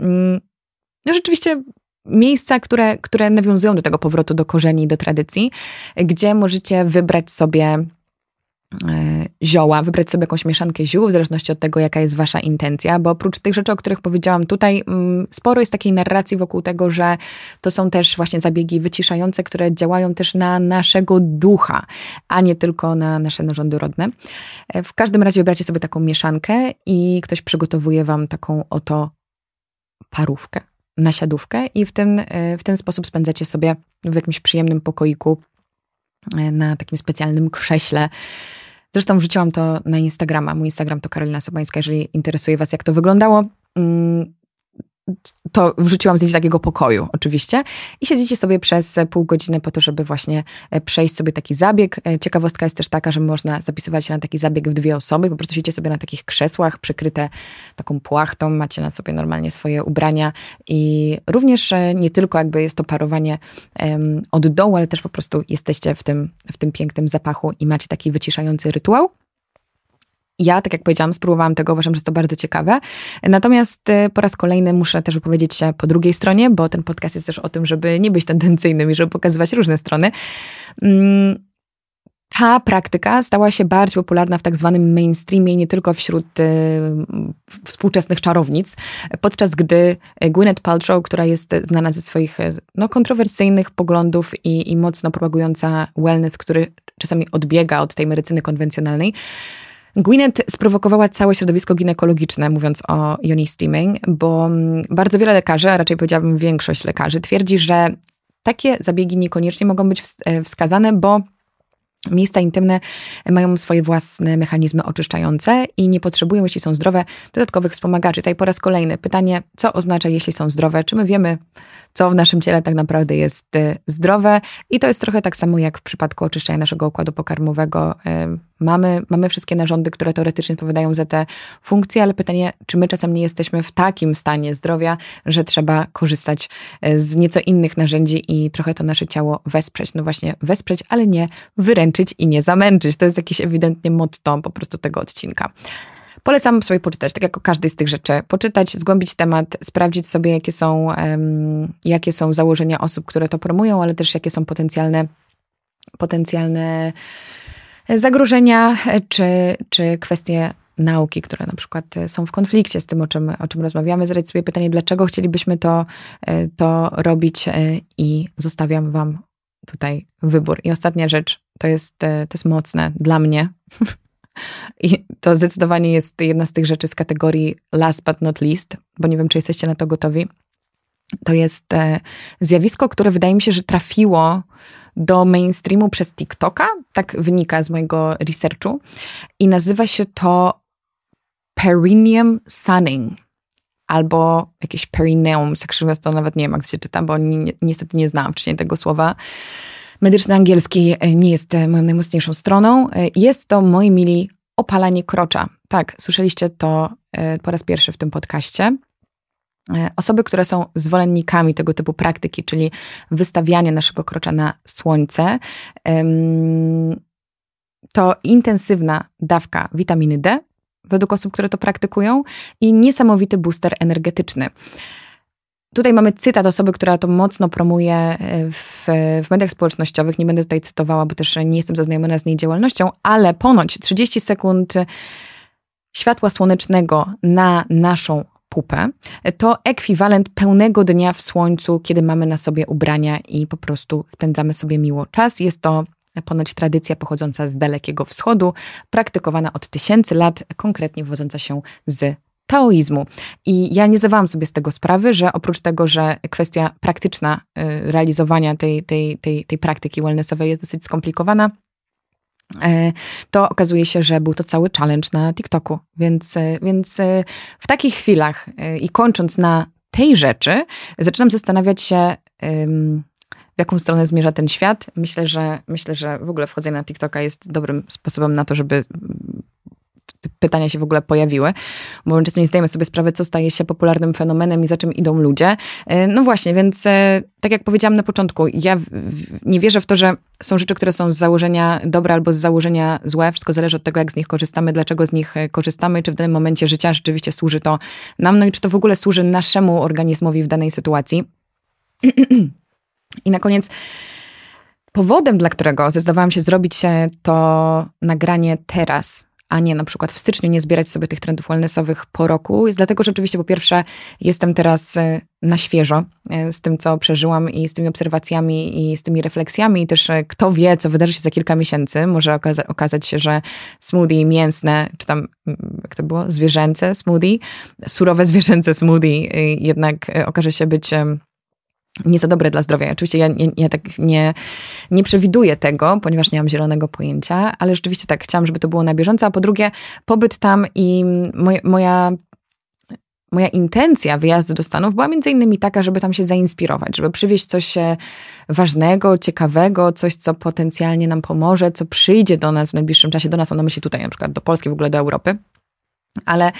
no rzeczywiście miejsca, które, które nawiązują do tego powrotu do korzeni i do tradycji, gdzie możecie wybrać sobie zioła, wybrać sobie jakąś mieszankę ziół, w zależności od tego, jaka jest wasza intencja, bo oprócz tych rzeczy, o których powiedziałam tutaj, sporo jest takiej narracji wokół tego, że to są też właśnie zabiegi wyciszające, które działają też na naszego ducha, a nie tylko na nasze narządy rodne. W każdym razie wybracie sobie taką mieszankę i ktoś przygotowuje wam taką oto parówkę, nasiadówkę i w ten, w ten sposób spędzacie sobie w jakimś przyjemnym pokoiku na takim specjalnym krześle. Zresztą wrzuciłam to na Instagrama. Mój Instagram to Karolina Sobańska. Jeżeli interesuje was, jak to wyglądało, to wrzuciłam zdjęcie takiego pokoju oczywiście i siedzicie sobie przez pół godziny po to, żeby właśnie przejść sobie taki zabieg. Ciekawostka jest też taka, że można zapisywać się na taki zabieg w dwie osoby. Po prostu siedzicie sobie na takich krzesłach przykryte taką płachtą, macie na sobie normalnie swoje ubrania i również nie tylko jakby jest to parowanie um, od dołu, ale też po prostu jesteście w tym, w tym pięknym zapachu i macie taki wyciszający rytuał. Ja, tak jak powiedziałam, spróbowałam tego, uważam, że jest to bardzo ciekawe. Natomiast po raz kolejny muszę też opowiedzieć się po drugiej stronie, bo ten podcast jest też o tym, żeby nie być tendencyjnym i żeby pokazywać różne strony. Ta praktyka stała się bardziej popularna w tak zwanym mainstreamie, nie tylko wśród y, współczesnych czarownic, podczas gdy Gwyneth Paltrow, która jest znana ze swoich no, kontrowersyjnych poglądów i, i mocno propagująca wellness, który czasami odbiega od tej medycyny konwencjonalnej, Gwyneth sprowokowała całe środowisko ginekologiczne, mówiąc o yoni steaming, bo bardzo wiele lekarzy, a raczej powiedziałabym większość lekarzy, twierdzi, że takie zabiegi niekoniecznie mogą być wskazane, bo miejsca intymne mają swoje własne mechanizmy oczyszczające i nie potrzebują, jeśli są zdrowe, dodatkowych wspomagaczy. Tutaj po raz kolejny pytanie, co oznacza, jeśli są zdrowe? Czy my wiemy, co w naszym ciele tak naprawdę jest zdrowe? I to jest trochę tak samo jak w przypadku oczyszczania naszego układu pokarmowego. Mamy, mamy wszystkie narządy, które teoretycznie odpowiadają za te funkcje, ale pytanie, czy my czasem nie jesteśmy w takim stanie zdrowia, że trzeba korzystać z nieco innych narzędzi i trochę to nasze ciało wesprzeć. No właśnie wesprzeć, ale nie wyręczyć i nie zamęczyć. To jest jakieś ewidentnie motto po prostu tego odcinka. Polecam sobie poczytać, tak jak o każdej z tych rzeczy. Poczytać, zgłębić temat, sprawdzić sobie, jakie są, um, jakie są założenia osób, które to promują, ale też jakie są potencjalne, potencjalne zagrożenia, czy, czy kwestie nauki, które na przykład są w konflikcie z tym, o czym, o czym rozmawiamy. Zadać sobie pytanie, dlaczego chcielibyśmy to, to robić i zostawiam wam tutaj wybór. I ostatnia rzecz, to jest, to jest mocne dla mnie. I to zdecydowanie jest jedna z tych rzeczy z kategorii last but not least, bo nie wiem, czy jesteście na to gotowi. To jest zjawisko, które wydaje mi się, że trafiło do mainstreamu przez TikToka, tak wynika z mojego researchu, i nazywa się to perineum sunning, albo jakieś perineum, tak szczerze to nawet nie wiem, jak się czyta, bo ni- niestety nie znałam wcześniej tego słowa. Medyczny angielski nie jest moją najmocniejszą stroną. Jest to, moi mili, opalanie krocza. Tak, słyszeliście to po raz pierwszy w tym podcaście. Osoby, które są zwolennikami tego typu praktyki, czyli wystawianie naszego krocza na słońce, to intensywna dawka witaminy D, według osób, które to praktykują, i niesamowity booster energetyczny. Tutaj mamy cytat osoby, która to mocno promuje w, w mediach społecznościowych. Nie będę tutaj cytowała, bo też nie jestem zaznajomiona z jej działalnością, ale ponoć trzydzieści sekund światła słonecznego na naszą pupę to ekwiwalent pełnego dnia w słońcu, kiedy mamy na sobie ubrania i po prostu spędzamy sobie miło czas. Jest to ponoć tradycja pochodząca z Dalekiego Wschodu, praktykowana od tysięcy lat, konkretnie wywodząca się z taoizmu. I ja nie zdawałam sobie z tego sprawy, że oprócz tego, że kwestia praktyczna realizowania tej, tej, tej, tej praktyki wellnessowej jest dosyć skomplikowana, to okazuje się, że był to cały challenge na TikToku. Więc, więc w takich chwilach i kończąc na tej rzeczy, zaczynam zastanawiać się, w jaką stronę zmierza ten świat. Myślę, że myślę, że w ogóle wchodzenie na TikToka jest dobrym sposobem na to, żeby te pytania się w ogóle pojawiły, bo często nie zdajemy sobie sprawy, co staje się popularnym fenomenem i za czym idą ludzie. No właśnie, więc tak jak powiedziałam na początku, ja nie wierzę w to, że są rzeczy, które są z założenia dobre albo z założenia złe. Wszystko zależy od tego, jak z nich korzystamy, dlaczego z nich korzystamy, czy w danym momencie życia rzeczywiście służy to nam, no i czy to w ogóle służy naszemu organizmowi w danej sytuacji. I na koniec powodem, dla którego zdecydowałam się zrobić to nagranie teraz, a nie na przykład w styczniu, nie zbierać sobie tych trendów wellnessowych po roku, jest dlatego, że oczywiście po pierwsze jestem teraz na świeżo z tym, co przeżyłam i z tymi obserwacjami i z tymi refleksjami i też kto wie, co wydarzy się za kilka miesięcy. Może okaza- okazać się, że smoothie mięsne, czy tam, jak to było, zwierzęce smoothie, surowe zwierzęce smoothie jednak okaże się być nie za dobre dla zdrowia. Oczywiście ja, ja, ja tak nie, nie przewiduję tego, ponieważ nie mam zielonego pojęcia, ale rzeczywiście tak, chciałam, żeby to było na bieżąco, a po drugie pobyt tam i moja, moja, moja intencja wyjazdu do Stanów była między innymi taka, żeby tam się zainspirować, żeby przywieźć coś ważnego, ciekawego, coś, co potencjalnie nam pomoże, co przyjdzie do nas w najbliższym czasie, do nas, mam na myśli tutaj na przykład do Polski, w ogóle do Europy, ale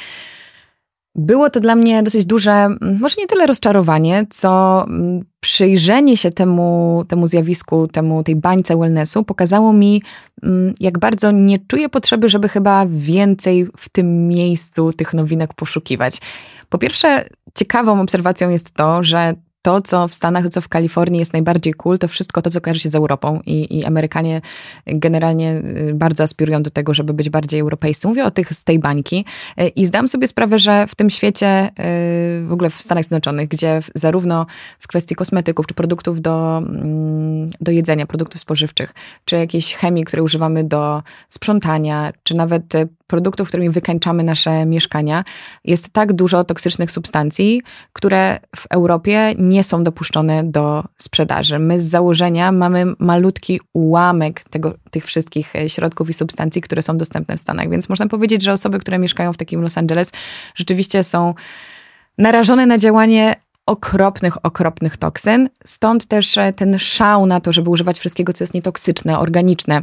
było to dla mnie dosyć duże, może nie tyle rozczarowanie, co przyjrzenie się temu, temu zjawisku, temu, tej bańce wellnessu pokazało mi, jak bardzo nie czuję potrzeby, żeby chyba więcej w tym miejscu tych nowinek poszukiwać. Po pierwsze, ciekawą obserwacją jest to, że to, co w Stanach, to, co w Kalifornii jest najbardziej cool, to wszystko to, co kojarzy się z Europą i, i Amerykanie generalnie bardzo aspirują do tego, żeby być bardziej europejscy. Mówię o tych z tej bańki i zdałam sobie sprawę, że w tym świecie, w ogóle w Stanach Zjednoczonych, gdzie zarówno w kwestii kosmetyków, czy produktów do, do jedzenia, produktów spożywczych, czy jakiejś chemii, której używamy do sprzątania, czy nawet produktów, którymi wykańczamy nasze mieszkania, jest tak dużo toksycznych substancji, które w Europie nie są dopuszczone do sprzedaży. My z założenia mamy malutki ułamek tego, tych wszystkich środków i substancji, które są dostępne w Stanach. Więc można powiedzieć, że osoby, które mieszkają w takim Los Angeles, rzeczywiście są narażone na działanie okropnych, okropnych toksyn. Stąd też ten szał na to, żeby używać wszystkiego, co jest nietoksyczne, organiczne,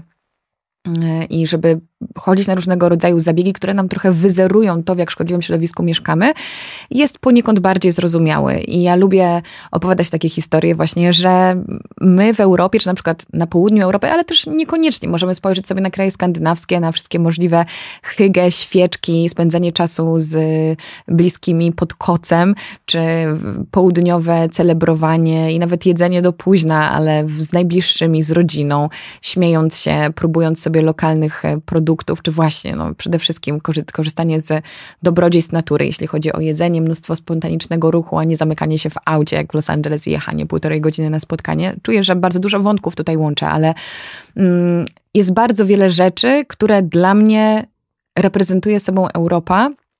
i żeby chodzić na różnego rodzaju zabiegi, które nam trochę wyzerują to, w jak szkodliwym środowisku mieszkamy, jest poniekąd bardziej zrozumiały. I ja lubię opowiadać takie historie właśnie, że my w Europie, czy na przykład na południu Europy, ale też niekoniecznie, możemy spojrzeć sobie na kraje skandynawskie, na wszystkie możliwe hygge, świeczki, spędzanie czasu z bliskimi pod kocem, czy południowe celebrowanie i nawet jedzenie do późna, ale z najbliższymi, z rodziną, śmiejąc się, próbując sobie lokalnych produktów, czy właśnie no, przede wszystkim korzystanie z dobrodziejstw natury, jeśli chodzi o jedzenie, mnóstwo spontanicznego ruchu, a nie zamykanie się w aucie, jak w Los Angeles i jechanie półtorej godziny na spotkanie. Czuję, że bardzo dużo wątków tutaj łączę, ale mm, jest bardzo wiele rzeczy, które dla mnie reprezentuje sobą Europa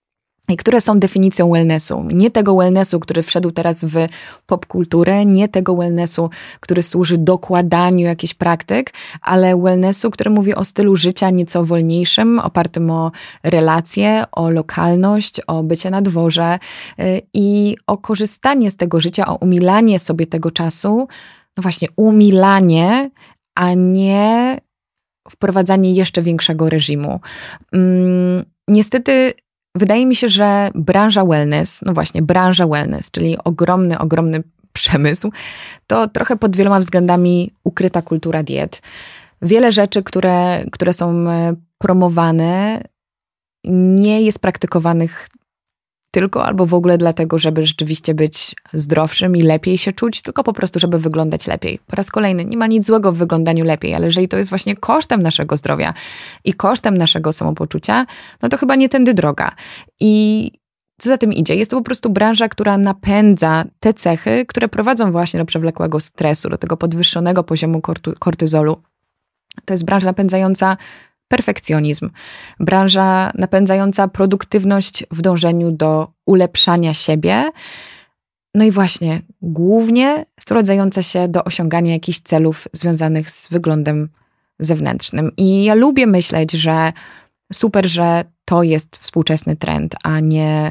i które są definicją wellnessu. Nie tego wellnessu, który wszedł teraz w popkulturę, nie tego wellnessu, który służy dokładaniu jakichś praktyk, ale wellnessu, który mówi o stylu życia nieco wolniejszym, opartym o relacje, o lokalność, o bycie na dworze i o korzystanie z tego życia, o umilanie sobie tego czasu. No właśnie, umilanie, a nie wprowadzanie jeszcze większego reżimu. Hmm, niestety wydaje mi się, że branża wellness, no właśnie, branża wellness, czyli ogromny, ogromny przemysł, to trochę pod wieloma względami ukryta kultura diet. Wiele rzeczy, które, które są promowane, nie jest praktykowanych tylko albo w ogóle dlatego, żeby rzeczywiście być zdrowszym i lepiej się czuć, tylko po prostu, żeby wyglądać lepiej. Po raz kolejny, nie ma nic złego w wyglądaniu lepiej, ale jeżeli to jest właśnie kosztem naszego zdrowia i kosztem naszego samopoczucia, no to chyba nie tędy droga. I co za tym idzie? Jest to po prostu branża, która napędza te cechy, które prowadzą właśnie do przewlekłego stresu, do tego podwyższonego poziomu kortyzolu. To jest branża napędzająca perfekcjonizm. Branża napędzająca produktywność w dążeniu do ulepszania siebie. No i właśnie głównie sprowadzająca się do osiągania jakichś celów związanych z wyglądem zewnętrznym. I ja lubię myśleć, że super, że to jest współczesny trend, a nie,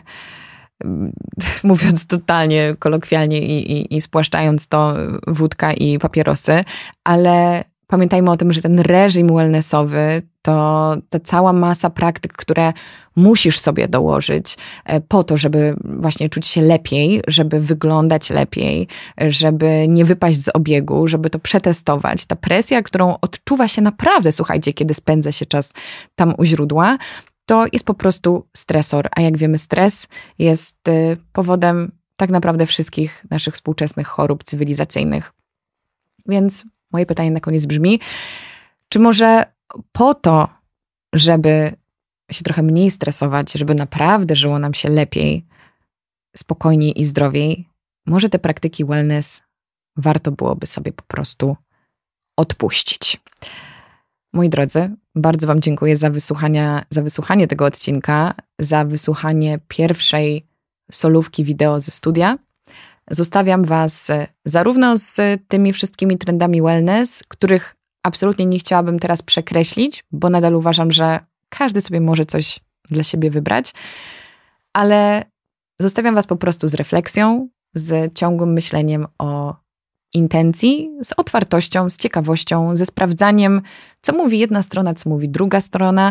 mówiąc totalnie kolokwialnie i, i, i spłaszczając to, wódka i papierosy, ale pamiętajmy o tym, że ten reżim wellnessowy to ta cała masa praktyk, które musisz sobie dołożyć po to, żeby właśnie czuć się lepiej, żeby wyglądać lepiej, żeby nie wypaść z obiegu, żeby to przetestować. Ta presja, którą odczuwa się naprawdę, słuchajcie, kiedy spędza się czas tam u źródła, to jest po prostu stresor. A jak wiemy, stres jest powodem tak naprawdę wszystkich naszych współczesnych chorób cywilizacyjnych. Więc moje pytanie na koniec brzmi, czy może po to, żeby się trochę mniej stresować, żeby naprawdę żyło nam się lepiej, spokojniej i zdrowiej, może te praktyki wellness warto byłoby sobie po prostu odpuścić. Moi drodzy, bardzo wam dziękuję za wysłuchanie, za wysłuchanie tego odcinka, za wysłuchanie pierwszej solówki wideo ze studia. Zostawiam was zarówno z tymi wszystkimi trendami wellness, których absolutnie nie chciałabym teraz przekreślić, bo nadal uważam, że każdy sobie może coś dla siebie wybrać, ale zostawiam was po prostu z refleksją, z ciągłym myśleniem o intencji, z otwartością, z ciekawością, ze sprawdzaniem, co mówi jedna strona, co mówi druga strona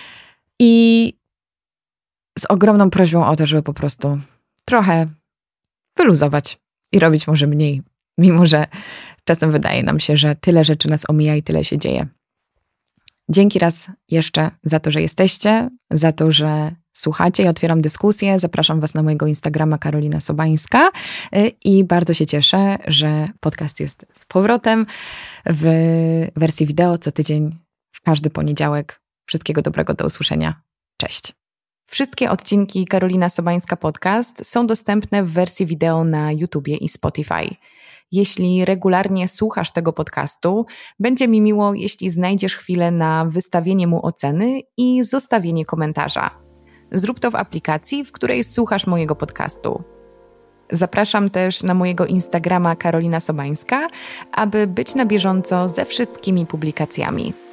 i z ogromną prośbą o to, żeby po prostu trochę wyluzować i robić może mniej, mimo że czasem wydaje nam się, że tyle rzeczy nas omija i tyle się dzieje. Dzięki raz jeszcze za to, że jesteście, za to, że słuchacie. Ja otwieram dyskusję, zapraszam was na mojego Instagrama Karolina Sobańska i bardzo się cieszę, że podcast jest z powrotem w wersji wideo co tydzień, w każdy poniedziałek. Wszystkiego dobrego, do usłyszenia. Cześć. Wszystkie odcinki Karolina Sobańska Podcast są dostępne w wersji wideo na YouTubie i Spotify. Jeśli regularnie słuchasz tego podcastu, będzie mi miło, jeśli znajdziesz chwilę na wystawienie mu oceny i zostawienie komentarza. Zrób to w aplikacji, w której słuchasz mojego podcastu. Zapraszam też na mojego Instagrama Karolina Sobańska, aby być na bieżąco ze wszystkimi publikacjami.